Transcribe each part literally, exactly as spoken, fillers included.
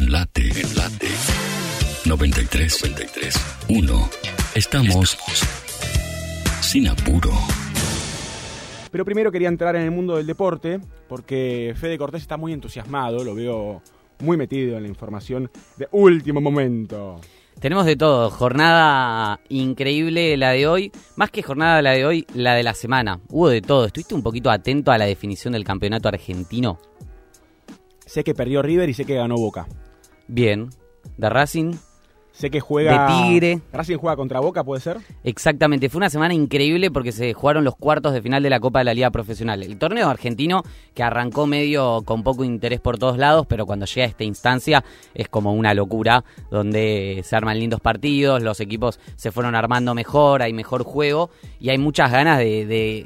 En Late, en Late noventa y tres punto uno. Estamos, Estamos sin apuro. Pero primero quería entrar en el mundo del deporte, porque Fede Cortés está muy entusiasmado, lo veo muy metido en la información de último momento. Tenemos de todo, jornada increíble la de hoy, más que jornada la de hoy, la de la semana. Hubo de todo. ¿Estuviste un poquito atento a la definición del campeonato argentino? Sé que perdió River y sé que ganó Boca. Bien. ¿De Racing? Sé que juega... De Tigre. ¿Racing juega contra Boca, puede ser? Exactamente. Fue una semana increíble porque se jugaron los cuartos de final de la Copa de la Liga Profesional. El torneo argentino que arrancó medio con poco interés por todos lados, pero cuando llega a esta instancia es como una locura, donde se arman lindos partidos, los equipos se fueron armando mejor, hay mejor juego y hay muchas ganas de... de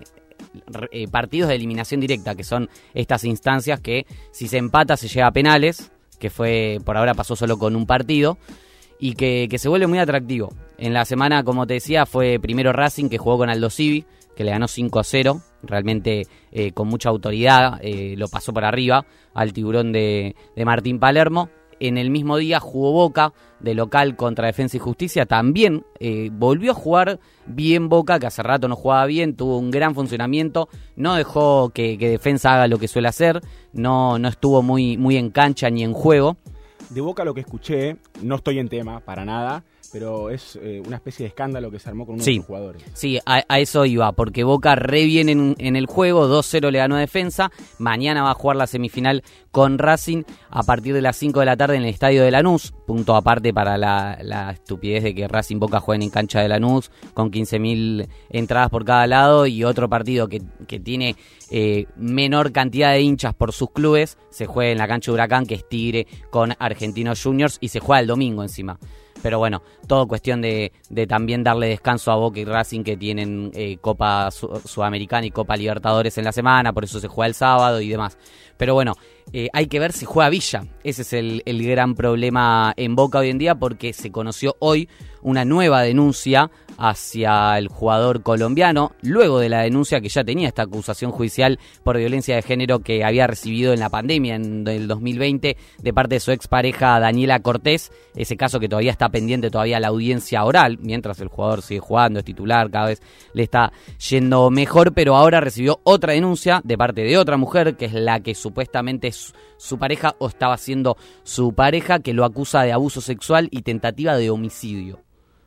eh, partidos de eliminación directa, que son estas instancias que si se empata se llega a penales, que fue por ahora pasó solo con un partido, y que, que se vuelve muy atractivo. En la semana, como te decía, fue primero Racing, que jugó con Aldo Civi, que le ganó cinco a cero, realmente eh, con mucha autoridad, eh, lo pasó por arriba al tiburón de, de Martín Palermo. En el mismo día jugó Boca, de local contra Defensa y Justicia, también eh, volvió a jugar bien Boca, que hace rato no jugaba bien, tuvo un gran funcionamiento, no dejó que, que Defensa haga lo que suele hacer, no, no estuvo muy, muy en cancha ni en juego. De Boca lo que escuché, no estoy en tema para nada, pero es eh, una especie de escándalo que se armó con uno sí, de sus jugadores. Sí, a, a eso iba, porque Boca re bien en, en el juego, dos cero le ganó a Defensa, mañana va a jugar la semifinal con Racing a partir de las cinco de la tarde en el estadio de Lanús, punto aparte para la, la estupidez de que Racing Boca jueguen en cancha de Lanús, con quince mil entradas por cada lado, y otro partido que, que tiene eh, menor cantidad de hinchas por sus clubes, se juega en la cancha de Huracán, que es Tigre con Argentinos Juniors, y se juega el domingo encima. Pero bueno, todo cuestión de, de también darle descanso a Boca y Racing, que tienen eh, Copa Su- Sudamericana y Copa Libertadores en la semana, por eso se juega el sábado y demás. Pero bueno, eh, hay que ver si juega Villa. Ese es el, el gran problema en Boca hoy en día, porque se conoció hoy una nueva denuncia hacia el jugador colombiano, luego de la denuncia que ya tenía esta acusación judicial por violencia de género que había recibido en la pandemia en el dos mil veinte de parte de su expareja Daniela Cortés, ese caso que todavía está pendiente todavía la audiencia oral, mientras el jugador sigue jugando, es titular, cada vez le está yendo mejor, pero ahora recibió otra denuncia de parte de otra mujer, que es la que supuestamente es su pareja o estaba siendo su pareja, que lo acusa de abuso sexual y tentativa de homicidio.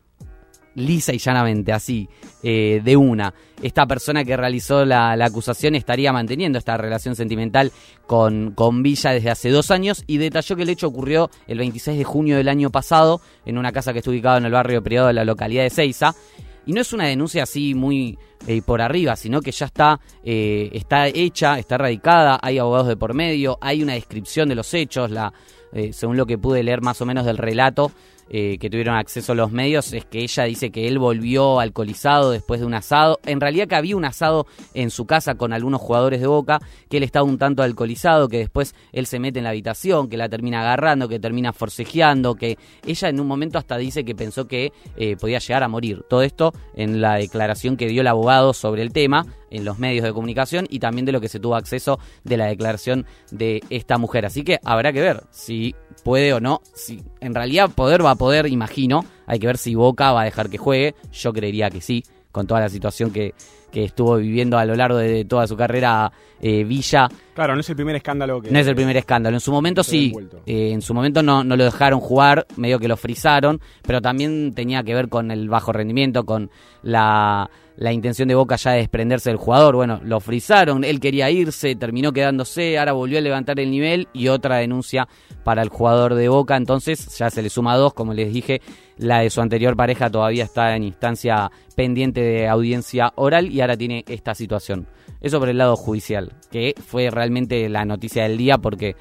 Lisa y llanamente, así, eh, de una. Esta persona que realizó la, la acusación estaría manteniendo esta relación sentimental con, con Villa desde hace dos años y detalló que el hecho ocurrió el veintiséis de junio del año pasado en una casa que está ubicada en el barrio Privado de la localidad de Seiza. Y no es una denuncia así muy eh, por arriba, sino que ya está, eh, está hecha, está radicada, hay abogados de por medio, hay una descripción de los hechos, la, eh, según lo que pude leer más o menos del relato, Eh, que tuvieron acceso a los medios, es que ella dice que él volvió alcoholizado después de un asado. En realidad que había un asado en su casa con algunos jugadores de Boca, que él estaba un tanto alcoholizado, que después él se mete en la habitación, que la termina agarrando, que termina forcejeando, que ella en un momento hasta dice que pensó que eh, podía llegar a morir. Todo esto en la declaración que dio el abogado sobre el tema en los medios de comunicación, y también de lo que se tuvo acceso de la declaración de esta mujer. Así que habrá que ver si puede o no. Si en realidad poder va a poder, imagino. Hay que ver si Boca va a dejar que juegue. Yo creería que sí, con toda la situación que, que estuvo viviendo a lo largo de toda su carrera eh, Villa. Claro, no es el primer escándalo que... No es el primer escándalo. En su momento sí, eh, en su momento no, no lo dejaron jugar, medio que lo frizaron, pero también tenía que ver con el bajo rendimiento, con la, la intención de Boca ya de desprenderse del jugador. Bueno, lo frizaron, él quería irse, terminó quedándose, ahora volvió a levantar el nivel y otra denuncia para el jugador de Boca. Entonces ya se le suma dos, como les dije, la de su anterior pareja todavía está en instancia pendiente de audiencia oral y ahora tiene esta situación. Eso por el lado judicial, que fue realmente la noticia del día, porque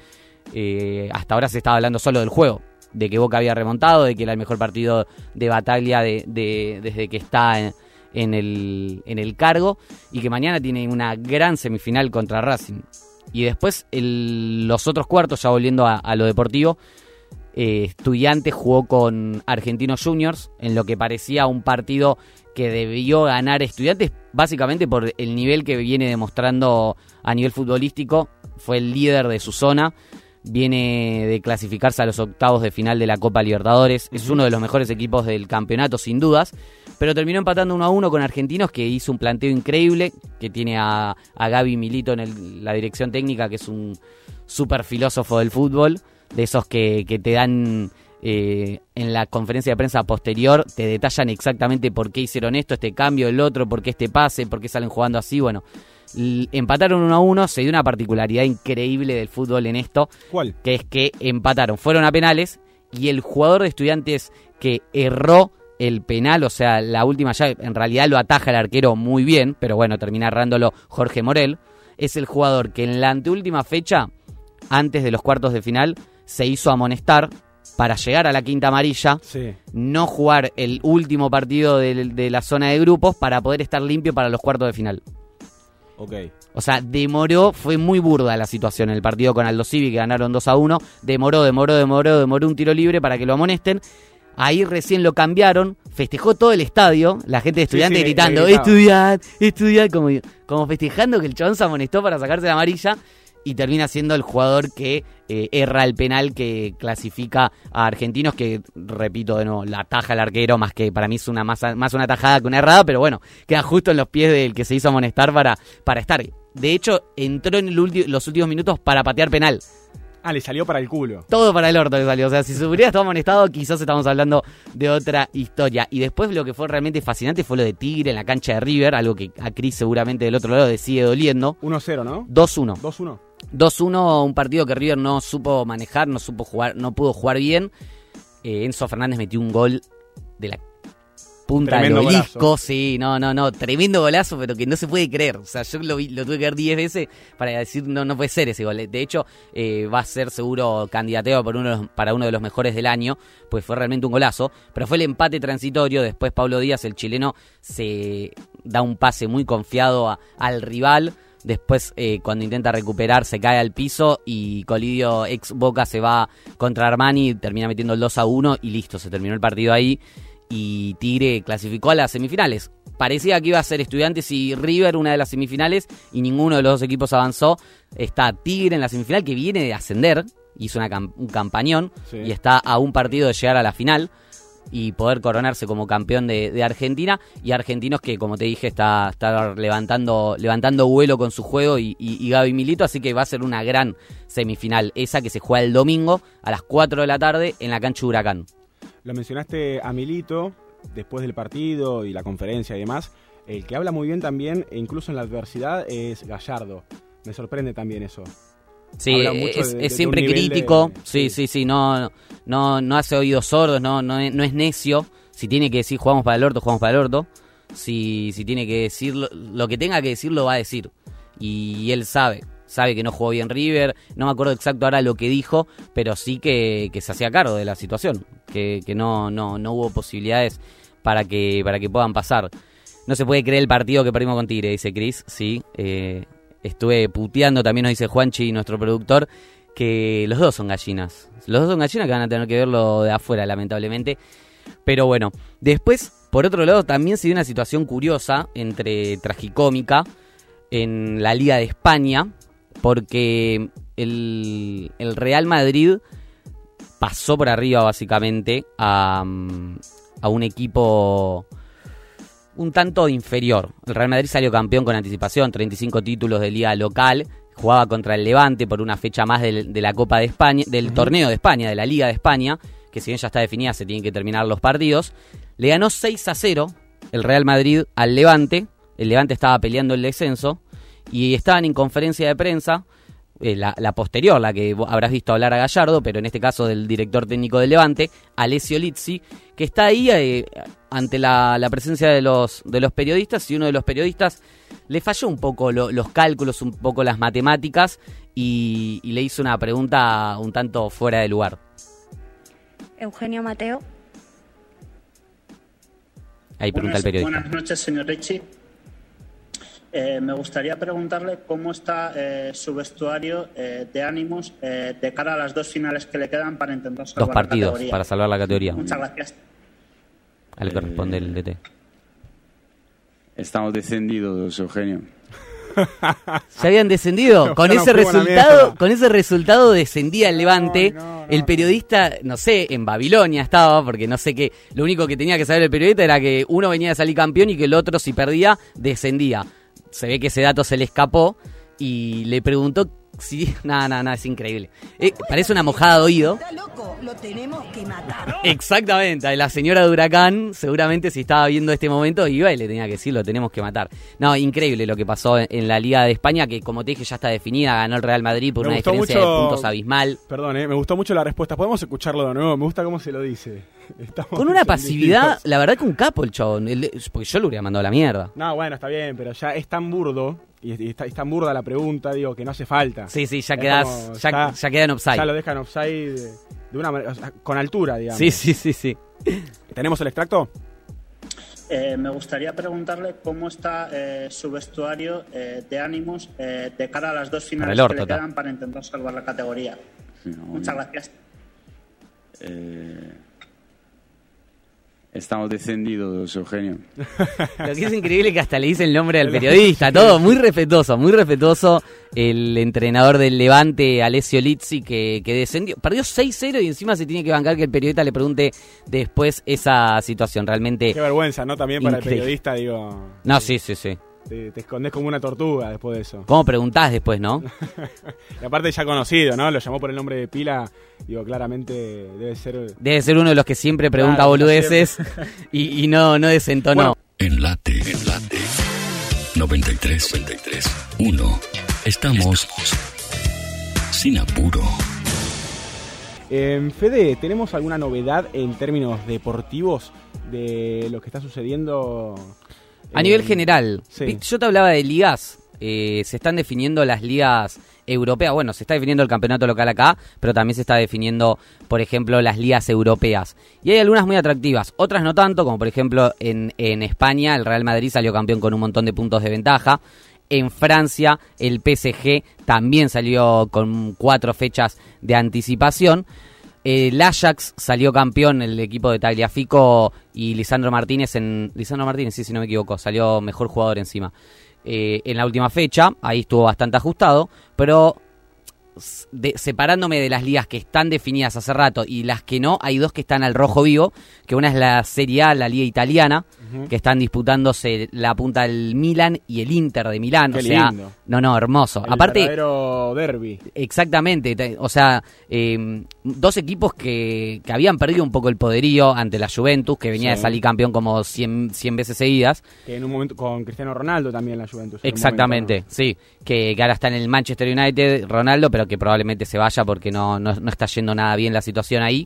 eh, hasta ahora se estaba hablando solo del juego, de que Boca había remontado, de que era el mejor partido de Bataglia de, de, desde que está en, en, el, en el cargo, y que mañana tiene una gran semifinal contra Racing. Y después el, los otros cuartos, ya volviendo a, a lo deportivo, eh, Estudiantes jugó con Argentinos Juniors, en lo que parecía un partido que debió ganar Estudiantes, básicamente por el nivel que viene demostrando a nivel futbolístico. Fue el líder de su zona, viene de clasificarse a los octavos de final de la Copa Libertadores, es uno de los mejores equipos del campeonato sin dudas, pero terminó empatando uno a uno con Argentinos, que hizo un planteo increíble, que tiene a, a Gaby Milito en el, la dirección técnica, que es un súper filósofo del fútbol, de esos que, que te dan... Eh, en la conferencia de prensa posterior te detallan exactamente por qué hicieron esto, este cambio, el otro, por qué este pase, por qué salen jugando así. Bueno, l- empataron uno a uno, se dio una particularidad increíble del fútbol en esto. ¿Cuál? Que es que empataron, fueron a penales y el jugador de Estudiantes que erró el penal, o sea, la última llave, en realidad lo ataja el arquero muy bien, pero bueno, termina errándolo Jorge Morel, es el jugador que en la anteúltima fecha, antes de los cuartos de final, se hizo amonestar para llegar a la quinta amarilla, sí. no jugar el último partido de, de la zona de grupos para poder estar limpio para los cuartos de final. Ok. O sea, demoró, fue muy burda la situación en el partido con Aldo Civi, que ganaron dos a uno, demoró, demoró, demoró, demoró un tiro libre para que lo amonesten. Ahí recién lo cambiaron, festejó todo el estadio, la gente de Estudiantes sí, sí, gritando, estudiad, estudiad, como, como festejando que el chabón se amonestó para sacarse la amarilla. Y termina siendo el jugador que eh, erra el penal que clasifica a Argentinos, que, repito de nuevo, la ataja el arquero, más que para mí es una más, más una tajada que una errada, pero bueno, queda justo en los pies del que se hizo amonestar para, para estar. De hecho, entró en el ulti- los últimos minutos para patear penal. Ah, le salió para el culo. Todo para el orto le salió. O sea, si se hubiera estado amonestado, quizás estamos hablando de otra historia. Y después lo que fue realmente fascinante fue lo de Tigre en la cancha de River, algo que a Cris seguramente del otro lado le sigue doliendo. uno cero, ¿no? dos uno. dos uno. dos uno, un partido que River no supo manejar, no supo jugar, no pudo jugar bien. Eh, Enzo Fernández metió un gol de la punta Tremendo del obelisco, golazo. sí, no, no, no, tremendo golazo, pero que no se puede creer. O sea, yo lo, vi, lo tuve que ver diez veces para decir, no, no puede ser ese gol. De hecho, eh, va a ser seguro candidateo por uno de los, para uno de los mejores del año, pues fue realmente un golazo. Pero fue el empate transitorio, después Pablo Díaz, el chileno, se da un pase muy confiado a, al rival. Después, eh, cuando intenta recuperar, se cae al piso y Colidio, ex Boca, se va contra Armani, termina metiendo el dos a uno y listo, se terminó el partido ahí. Y Tigre clasificó a las semifinales. Parecía que iba a ser Estudiantes y River una de las semifinales y ninguno de los dos equipos avanzó. Está Tigre en la semifinal, que viene de ascender, hizo una cam- un campañón, Sí. y está a un partido de llegar a la final y poder coronarse como campeón de, de Argentina. Y Argentinos, que como te dije está, está levantando levantando vuelo con su juego, y, y, y Gaby Milito, así que va a ser una gran semifinal, esa que se juega el domingo a las cuatro de la tarde en la cancha Huracán. Lo mencionaste a Milito, después del partido y la conferencia y demás. El que habla muy bien también, e incluso en la adversidad, es Gallardo. Me sorprende también eso. Sí, Habla mucho es, de- es de siempre un nivel crítico, de- sí, sí. sí, sí, no, no, no hace oídos sordos, no, no, es, no es necio. Si tiene que decir jugamos para el orto, jugamos para el orto. Si, si tiene que decir lo, lo que tenga que decir, lo va a decir. Y él sabe, sabe que no jugó bien River, no me acuerdo exacto ahora lo que dijo, pero sí que, que se hacía cargo de la situación, que, que no, no, no hubo posibilidades para que, para que puedan pasar. No se puede creer el partido que perdimos con Tigre, dice Cris, sí, eh, estuve puteando, también nos dice Juanchi, nuestro productor, que los dos son gallinas. Los dos son gallinas que van a tener que verlo de afuera, lamentablemente. Pero bueno, después, por otro lado, también se dio una situación curiosa, entre tragicómica, en la Liga de España, porque el, el Real Madrid pasó por arriba, básicamente, a, a un equipo un tanto inferior. El Real Madrid salió campeón con anticipación, treinta y cinco títulos de liga local, jugaba contra el Levante por una fecha más del, de la Copa de España, del uh-huh. torneo de España, de la Liga de España, que si bien ya está definida, se tienen que terminar los partidos. Le ganó seis a cero el Real Madrid al Levante. El Levante estaba peleando el descenso y estaban en conferencia de prensa, eh, la, la posterior, la que habrás visto hablar a Gallardo, pero en este caso del director técnico del Levante, Alessio Lizzi, que está ahí eh, ante la, la presencia de los, de los periodistas, y uno de los periodistas le falló un poco lo, los cálculos, un poco las matemáticas, y, y le hizo una pregunta un tanto fuera de lugar. Eugenio Mateo. Ahí pregunta buenas, el periodista. Buenas noches, señor Ricci. Eh, me gustaría preguntarle cómo está eh, su vestuario eh, de ánimos eh, de cara a las dos finales que le quedan para intentar salvar Dos partidos la categoría. para salvar la categoría. Muchas gracias. A lo que responde el D T. Estamos descendidos, Eugenio. ¿Ya habían descendido? No, con no, ese fue buena resultado, mierda. con ese resultado descendía el Levante. No, no, el periodista, no sé, en Babilonia estaba, porque no sé qué, lo único que tenía que saber el periodista era que uno venía a salir campeón y que el otro, si perdía, descendía. Se ve que ese dato se le escapó y le preguntó si... No, no, no, es increíble. Eh, parece una mojada de oído. Está loco, lo tenemos que matar. Exactamente, la señora de Huracán seguramente si estaba viendo este momento iba y le tenía que decir, lo tenemos que matar. No, increíble lo que pasó en, en la Liga de España, que como te dije ya está definida, ganó el Real Madrid por Me una gustó diferencia mucho- de puntos abismal. Perdón, eh, me gustó mucho la respuesta. ¿Podemos escucharlo de nuevo? Me gusta cómo se lo dice. Estamos Con una encendidos. pasividad, la verdad que un capo el chabón, el- porque yo lo hubiera mandado a la mierda. No, bueno, está bien, pero ya es tan burdo y es, y está, es tan burda la pregunta, digo, que no hace falta. Sí, sí, ya Es quedás, como, ya, ya- ya queda en offside. Ya lo dejan offside de, de una manera, o sea, con altura, digamos. Sí, sí, sí, sí. ¿Tenemos el extracto? Eh, me gustaría preguntarle cómo está eh, su vestuario eh, de ánimos eh, de cara a las dos finales el orto, que le ta. quedan para intentar salvar la categoría. No, Muchas gracias. eh, estamos descendidos, Eugenio. Lo que es increíble es que hasta le dice el nombre al periodista, todo muy respetuoso, muy respetuoso. El entrenador del Levante, Alessio Lizzi, que, que descendió, perdió seis cero y encima se tiene que bancar que el periodista le pregunte después esa situación. Realmente, Qué vergüenza, ¿no? También para Increíble. el periodista, digo, no, sí, sí, sí. te, te escondes como una tortuga después de eso. ¿Cómo preguntás después, no? Y aparte ya conocido, ¿no? Lo llamó por el nombre de pila, digo, claramente debe ser... Debe ser uno de los que siempre pregunta Claro, boludeces y, y no, no desentonó. Bueno, Enlate, enlate. noventa y tres, noventa y tres, uno. Estamos sin apuro. Eh, Fede, ¿tenemos alguna novedad en términos deportivos de lo que está sucediendo? A eh, nivel general, sí. yo te hablaba de ligas, eh, se están definiendo las ligas europeas, bueno, se está definiendo el campeonato local acá, pero también se está definiendo, por ejemplo, las ligas europeas. Y hay algunas muy atractivas, otras no tanto, como por ejemplo en, en España el Real Madrid salió campeón con un montón de puntos de ventaja. En Francia el P S G también salió con cuatro fechas de anticipación. El Ajax salió campeón, el equipo de Tagliafico y Lisandro Martínez, en Lisandro Martínez, sí, si no me equivoco, salió mejor jugador encima. Eh, en la última fecha, ahí estuvo bastante ajustado, pero de, separándome de las ligas que están definidas hace rato y las que no, hay dos que están al rojo vivo, que una es la Serie A, la liga italiana, uh-huh. que están disputándose la punta del Milan y el Inter de Milán. Qué o sea, lindo. No, no, hermoso. El Aparte, verdadero derbi. Exactamente, te- o sea, eh, dos equipos que, que habían perdido un poco el poderío ante la Juventus, que venía Sí. de salir campeón como cien, cien veces seguidas. Que en un momento, con Cristiano Ronaldo también la Juventus. en un Exactamente, momento, sí, que, que ahora está en el Manchester United, Ronaldo, pero que probablemente se vaya porque no, no, no está yendo nada bien la situación ahí.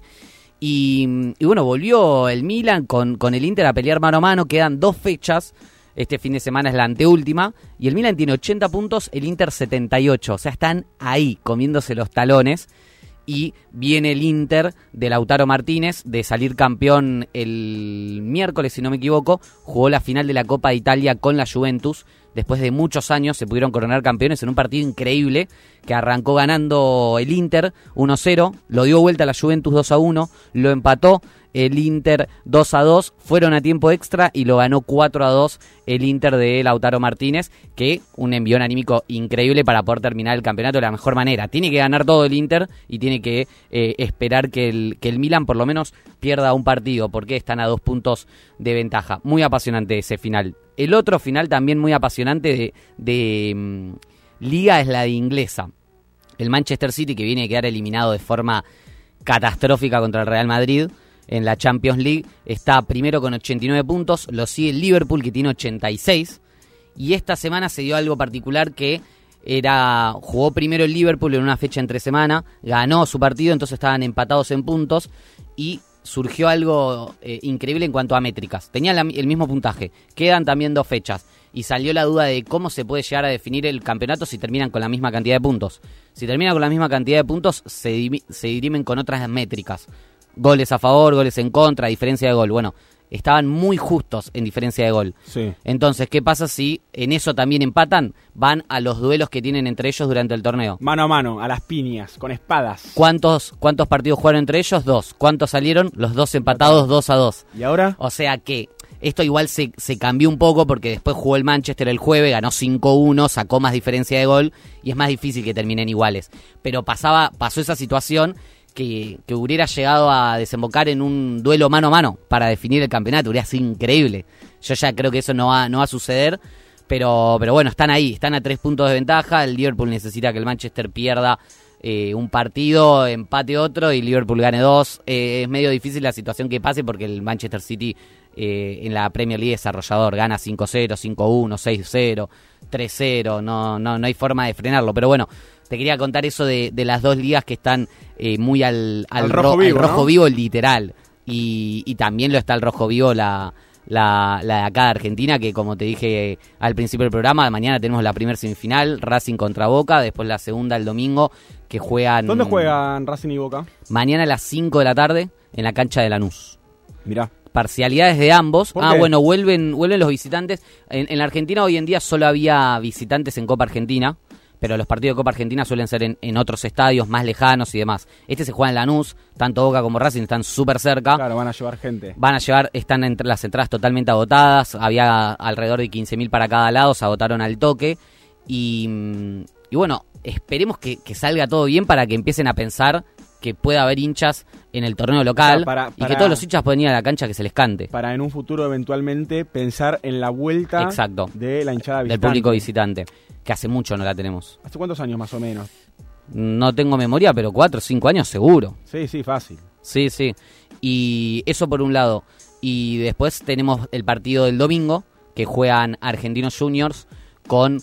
Y, y bueno, volvió el Milan con, con el Inter a pelear mano a mano, quedan dos fechas. Este fin de semana es la anteúltima. Y el Milan tiene ochenta puntos, el Inter setenta y ocho. O sea, están ahí, comiéndose los talones. Y viene el Inter de Lautaro Martínez, de salir campeón el miércoles, si no me equivoco. Jugó la final de la Copa de Italia con la Juventus. Después de muchos años se pudieron coronar campeones en un partido increíble que arrancó ganando el Inter uno cero. Lo dio vuelta a la Juventus dos a uno. Lo empató el Inter dos a dos, fueron a tiempo extra y lo ganó cuatro a dos el Inter de Lautaro Martínez, que un envión anímico increíble para poder terminar el campeonato de la mejor manera. Tiene que ganar todo el Inter y tiene que eh, esperar que el, que el Milan por lo menos pierda un partido, porque están a dos puntos de ventaja. Muy apasionante ese final. El otro final también muy apasionante de, de um, Liga es la de inglesa. El Manchester City, que viene a quedar eliminado de forma catastrófica contra el Real Madrid en la Champions League, está primero con ochenta y nueve puntos, lo sigue el Liverpool, que tiene ochenta y seis, y esta semana se dio algo particular, que era jugó primero el Liverpool en una fecha entre semana, ganó su partido, entonces estaban empatados en puntos, y surgió algo eh, increíble en cuanto a métricas. Tenían la, el mismo puntaje, quedan también dos fechas, y salió la duda de cómo se puede llegar a definir el campeonato si terminan con la misma cantidad de puntos. Si terminan con la misma cantidad de puntos, se, di- se dirimen con otras métricas. Goles a favor, goles en contra, diferencia de gol. Bueno, estaban muy justos en diferencia de gol. Sí. Entonces, ¿qué pasa si en eso también empatan? Van a los duelos que tienen entre ellos durante el torneo. Mano a mano, a las piñas, con espadas. ¿Cuántos, cuántos partidos jugaron entre ellos? Dos. ¿Cuántos salieron? Los dos empatados, dos a dos. ¿Y ahora? O sea que Esto igual se, se cambió un poco porque después jugó el Manchester el jueves, ganó cinco uno, sacó más diferencia de gol y es más difícil que terminen iguales. Pero pasaba, pasó esa situación que, que hubiera llegado a desembocar en un duelo mano a mano para definir el campeonato. Hubiera sido increíble. Yo ya creo que eso no va, no va a suceder. Pero, pero bueno, están ahí, están a tres puntos de ventaja. El Liverpool necesita que el Manchester pierda eh, un partido, empate otro y Liverpool gane dos. Eh, es medio difícil la situación que pase porque el Manchester City eh, en la Premier League es arrollador. Gana cinco cero, cinco uno, seis cero, tres cero. No, no, no hay forma de frenarlo. Pero bueno, te quería contar eso de, de las dos ligas que están eh, muy al, al, al rojo, ro- vivo, al rojo ¿no? vivo, literal. Y, y también lo está el rojo vivo la... La, la de acá de Argentina, que como te dije al principio del programa, mañana tenemos la primera semifinal, Racing contra Boca, después la segunda el domingo, que juegan... ¿Dónde juegan Racing y Boca? Mañana a las cinco de la tarde, en la cancha de Lanús. Mirá. Parcialidades de ambos. ¿Por Ah, qué? bueno, vuelven vuelven los visitantes. En, en la Argentina hoy en día solo había visitantes en Copa Argentina, pero los partidos de Copa Argentina suelen ser en, en otros estadios más lejanos y demás. Este se juega en Lanús, tanto Boca como Racing están súper cerca. Claro, van a llevar gente. Van a llevar, están entre las entradas totalmente agotadas, había alrededor de quince mil para cada lado, se agotaron al toque. Y, y bueno, esperemos que, que salga todo bien para que empiecen a pensar que pueda haber hinchas en el torneo local, O sea, para- y para- que todos los hinchas pueden ir a la cancha que se les cante. Para en un futuro eventualmente pensar en la vuelta Exacto. de la hinchada Del visitante. público visitante, que hace mucho no la tenemos. ¿Hace cuántos años más o menos? No tengo memoria, pero cuatro o cinco años seguro. Sí, sí, fácil. Sí, sí. Y eso por un lado. Y después tenemos el partido del domingo, que juegan Argentinos Juniors con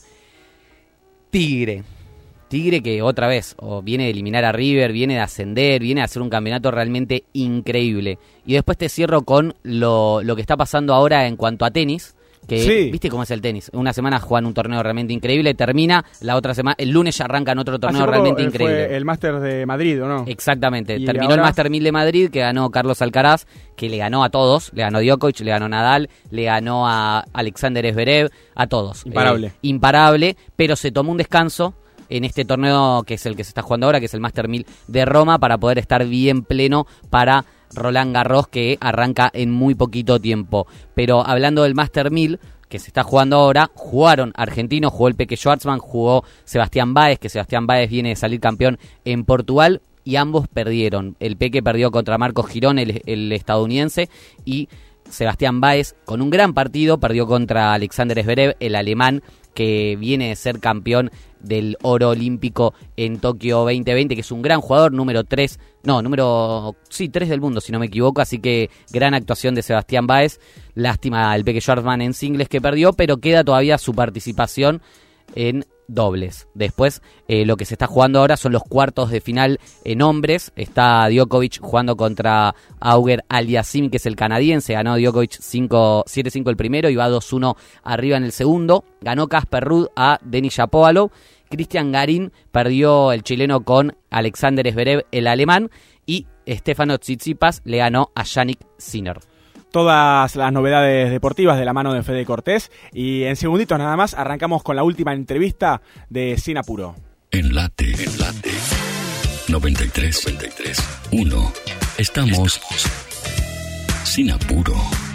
Tigre. Tigre que otra vez o viene de eliminar a River, viene de ascender, viene a hacer un campeonato realmente increíble. Y después te cierro con lo, lo que está pasando ahora en cuanto a tenis. Que, Sí. ¿viste cómo es el tenis? Una semana juegan un torneo realmente increíble, termina, la otra semana, el lunes ya arrancan otro torneo Hace poco, realmente eh, increíble. Fue el Máster de Madrid, ¿o no? Exactamente, Y terminó ahora- el Master mil de Madrid, que ganó Carlos Alcaraz, que le ganó a todos, le ganó Djokovic, le ganó Nadal, le ganó a Alexander Zverev, a todos. Imparable. Eh, imparable, pero se tomó un descanso en este torneo que es el que se está jugando ahora, que es el Master mil de Roma, para poder estar bien pleno para Roland Garros, que arranca en muy poquito tiempo. Pero hablando del Master mil, que se está jugando ahora, jugaron argentinos, jugó el Peque Schwartzman, jugó Sebastián Báez, que Sebastián Báez viene de salir campeón en Portugal, y ambos perdieron. El Peque perdió contra Marcos Girón, el, el estadounidense, y Sebastián Báez, con un gran partido, perdió contra Alexander Zverev, el alemán, que viene de ser campeón del oro olímpico en Tokio veinte veinte, que es un gran jugador, número tres, no, número, sí, tres del mundo, si no me equivoco, así que gran actuación de Sebastián Báez. Lástima el Peque Schwartzman en singles que perdió, pero queda todavía su participación en dobles. Después, eh, lo que se está jugando ahora son los cuartos de final en hombres. Está Djokovic jugando contra Auger Aliassime, que es el canadiense. Ganó Djokovic siete cinco el primero y va dos uno arriba en el segundo. Ganó Casper Ruud a Denis Shapovalov. Cristian Garín perdió el chileno con Alexander Zverev, el alemán. Y Stefano Tsitsipas le ganó a Yannick Sinner. Todas las novedades deportivas de la mano de Fede Cortés. Y en segunditos nada más arrancamos con la última entrevista de Sin Apuro. Enlate, enlate. noventa y tres, noventa y tres, uno. Estamos sin apuro.